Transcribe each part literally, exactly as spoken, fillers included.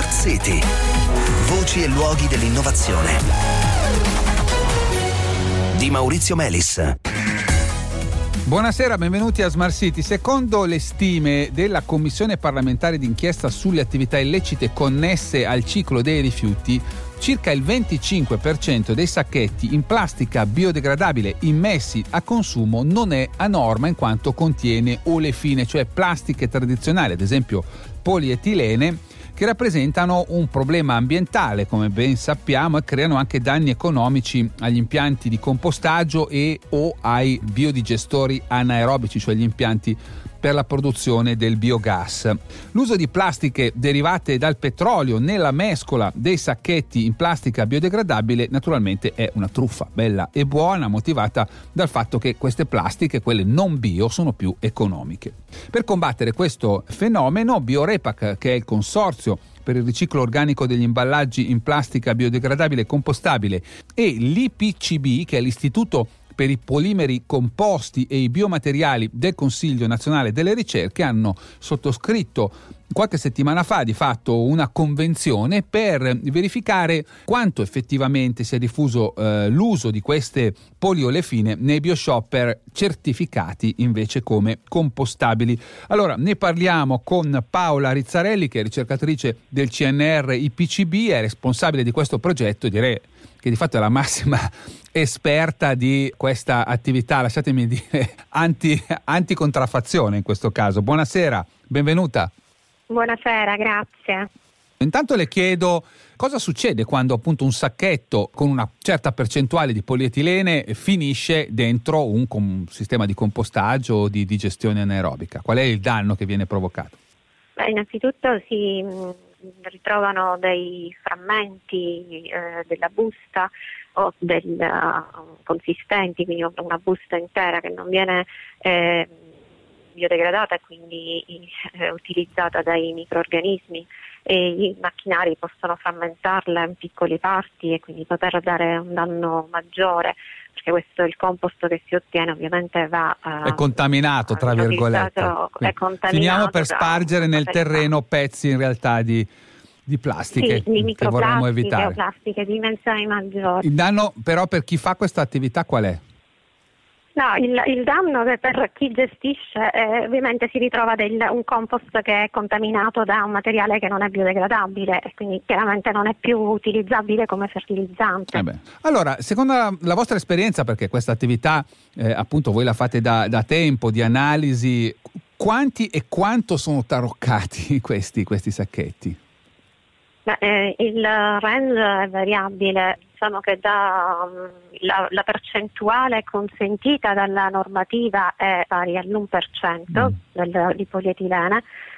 Smart City. Voci e luoghi dell'innovazione. Di Maurizio Melis. Buonasera, benvenuti a Smart City. Secondo le stime della Commissione parlamentare d'inchiesta sulle attività illecite connesse al ciclo dei rifiuti, circa il venticinque per cento dei sacchetti in plastica biodegradabile immessi a consumo non è a norma in quanto contiene olefine, cioè plastiche tradizionali, ad esempio polietilene, che rappresentano un problema ambientale, come ben sappiamo, e creano anche danni economici agli impianti di compostaggio e o ai biodigestori anaerobici, cioè gli impianti per la produzione del biogas. L'uso di plastiche derivate dal petrolio nella mescola dei sacchetti in plastica biodegradabile naturalmente è una truffa bella e buona, motivata dal fatto che queste plastiche, quelle non bio, sono più economiche. Per combattere questo fenomeno, Biorepac, che è il consorzio per il riciclo organico degli imballaggi in plastica biodegradabile e compostabile, e l'I P C B, che è l'Istituto per i polimeri composti e i biomateriali del Consiglio Nazionale delle Ricerche, hanno sottoscritto qualche settimana fa di fatto una convenzione per verificare quanto effettivamente sia diffuso eh, l'uso di queste poliolefine nei bioshopper certificati invece come compostabili. Allora ne parliamo con Paola Rizzarelli, che è ricercatrice del C N R I P C B, è responsabile di questo progetto, direi che di fatto è la massima esperta di questa attività, lasciatemi dire anti, anticontraffazione in questo caso. Buonasera, benvenuta. Buonasera, grazie. Intanto le chiedo cosa succede quando appunto un sacchetto con una certa percentuale di polietilene finisce dentro un, un sistema di compostaggio o di digestione anaerobica. Qual è il danno che viene provocato? Beh, innanzitutto si mh, ritrovano dei frammenti eh, della busta o del uh, consistenti, quindi una busta intera che non viene eh, biodegradata e quindi eh, utilizzata dai microrganismi, e i macchinari possono frammentarla in piccole parti e quindi poter dare un danno maggiore, perché questo è il compost che si ottiene, ovviamente va uh, è contaminato tra virgolette, è contaminato, finiamo per spargere nel terreno pezzi in realtà di di plastiche, sì, di che vorremmo evitare. microplastiche o plastiche di dimensioni maggiori. Il danno però per chi fa questa attività qual è? No, il, il danno per chi gestisce eh, ovviamente si ritrova del, un compost che è contaminato da un materiale che non è biodegradabile e quindi chiaramente non è più utilizzabile come fertilizzante. Eh beh. Allora, secondo la, la vostra esperienza, perché questa attività eh, appunto voi la fate da, da tempo, di analisi, quanti e quanto sono taroccati questi, questi sacchetti? Beh, eh, il range è variabile, diciamo che da, um, la, la percentuale consentita dalla normativa è pari all'uno per cento mm. del, di polietilene.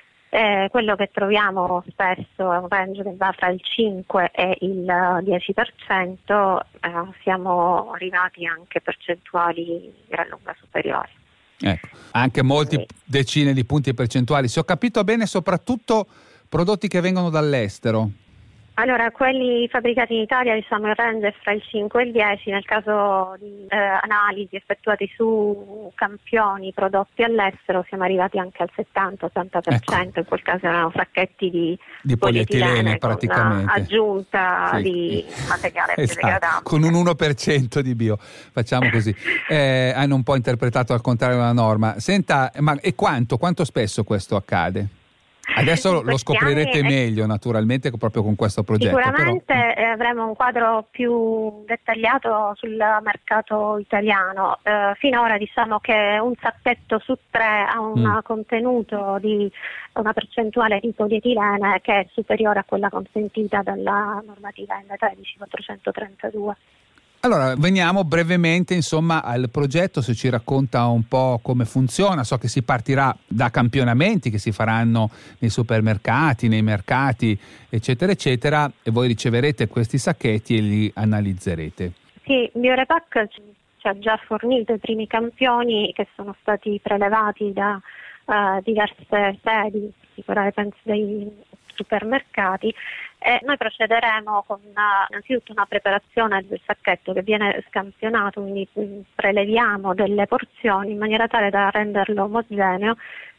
Eh, quello che troviamo spesso è un range che va fra il cinque e il dieci per cento, eh, siamo arrivati anche a percentuali gran lunga superiori. Ecco, anche molti sì. decine di punti percentuali. Se ho capito bene, soprattutto prodotti che vengono dall'estero. Allora, quelli fabbricati in Italia, diciamo, il range è fra il cinque e il dieci, nel caso di eh, analisi effettuate su campioni prodotti all'estero siamo arrivati anche al settanta ottanta per cento, ecco. In quel caso erano sacchetti di, di polietilene praticamente. Con aggiunta sì. di materiale esatto. biodegradabile. Con un uno per cento di bio, facciamo così. Eh, hanno un po' interpretato al contrario la norma. Senta, ma e quanto, quanto spesso questo accade? Adesso lo scoprirete meglio naturalmente proprio con questo progetto. Sicuramente però... avremo un quadro più dettagliato sul mercato italiano. Eh, finora diciamo che un sacchetto su tre ha un mm. contenuto di una percentuale di polietilene che è superiore a quella consentita dalla normativa N tredici quattrocentotrentadue. Allora, veniamo brevemente insomma al progetto, se ci racconta un po' come funziona. So che si partirà da campionamenti che si faranno nei supermercati, nei mercati, eccetera, eccetera, e voi riceverete questi sacchetti e li analizzerete. Sì, Biorepac ci ha già fornito i primi campioni che sono stati prelevati da uh, diverse sedi, sicuramente penso dei supermercati. E noi procederemo con una, innanzitutto una preparazione del sacchetto che viene scampionato, quindi preleviamo delle porzioni in maniera tale da renderlo omogeneo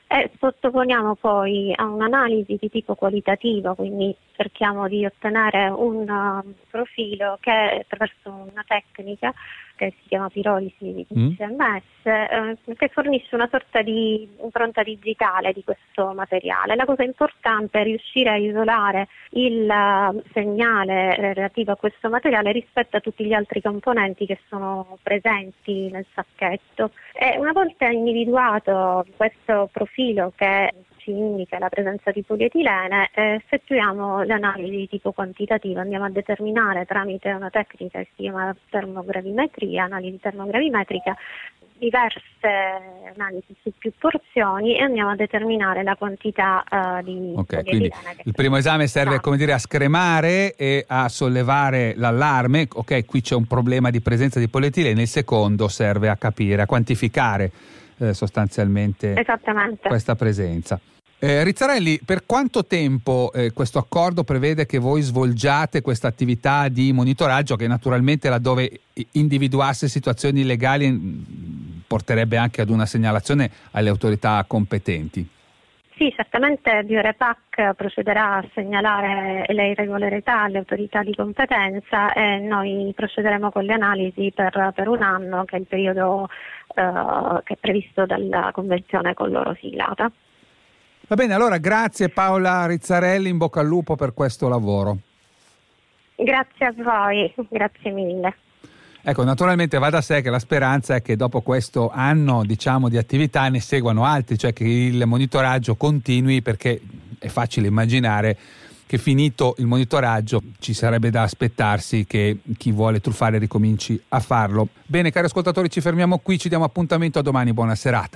e sottoponiamo poi a un'analisi di tipo qualitativo, quindi cerchiamo di ottenere un uh, profilo che attraverso una tecnica che si chiama pirolisi Mm. C M S, eh, che fornisce una sorta di impronta digitale di questo materiale. La cosa importante è riuscire a isolare il uh, segnale relativo a questo materiale rispetto a tutti gli altri componenti che sono presenti nel sacchetto. E una volta individuato questo profilo che ci indica la presenza di polietilene, eh, effettuiamo le analisi di tipo quantitativo, andiamo a determinare tramite una tecnica che si chiama termogravimetria, analisi termogravimetrica, diverse analisi su più porzioni e andiamo a determinare la quantità uh, di Ok, quindi polietilene. Che il primo esame serve, Ah. come dire, a scremare e a sollevare l'allarme. Ok, qui c'è un problema di presenza di polietilene. Il secondo serve a capire, a quantificare eh, sostanzialmente Esattamente. questa presenza. Eh, Rizzarelli, per quanto tempo eh, questo accordo prevede che voi svolgiate questa attività di monitoraggio, che naturalmente laddove individuasse situazioni illegali mh, porterebbe anche ad una segnalazione alle autorità competenti? Sì, certamente Biorepac procederà a segnalare le irregolarità alle autorità di competenza e noi procederemo con le analisi per, per un anno, che è il periodo eh, che è previsto dalla convenzione con loro siglata. Va bene, allora grazie Paola Rizzarelli, in bocca al lupo per questo lavoro. Grazie a voi, grazie mille. Ecco, naturalmente va da sé che la speranza è che dopo questo anno, diciamo, di attività ne seguano altri, cioè che il monitoraggio continui, perché è facile immaginare che finito il monitoraggio ci sarebbe da aspettarsi che chi vuole truffare ricominci a farlo. Bene, cari ascoltatori, ci fermiamo qui, ci diamo appuntamento a domani, buona serata.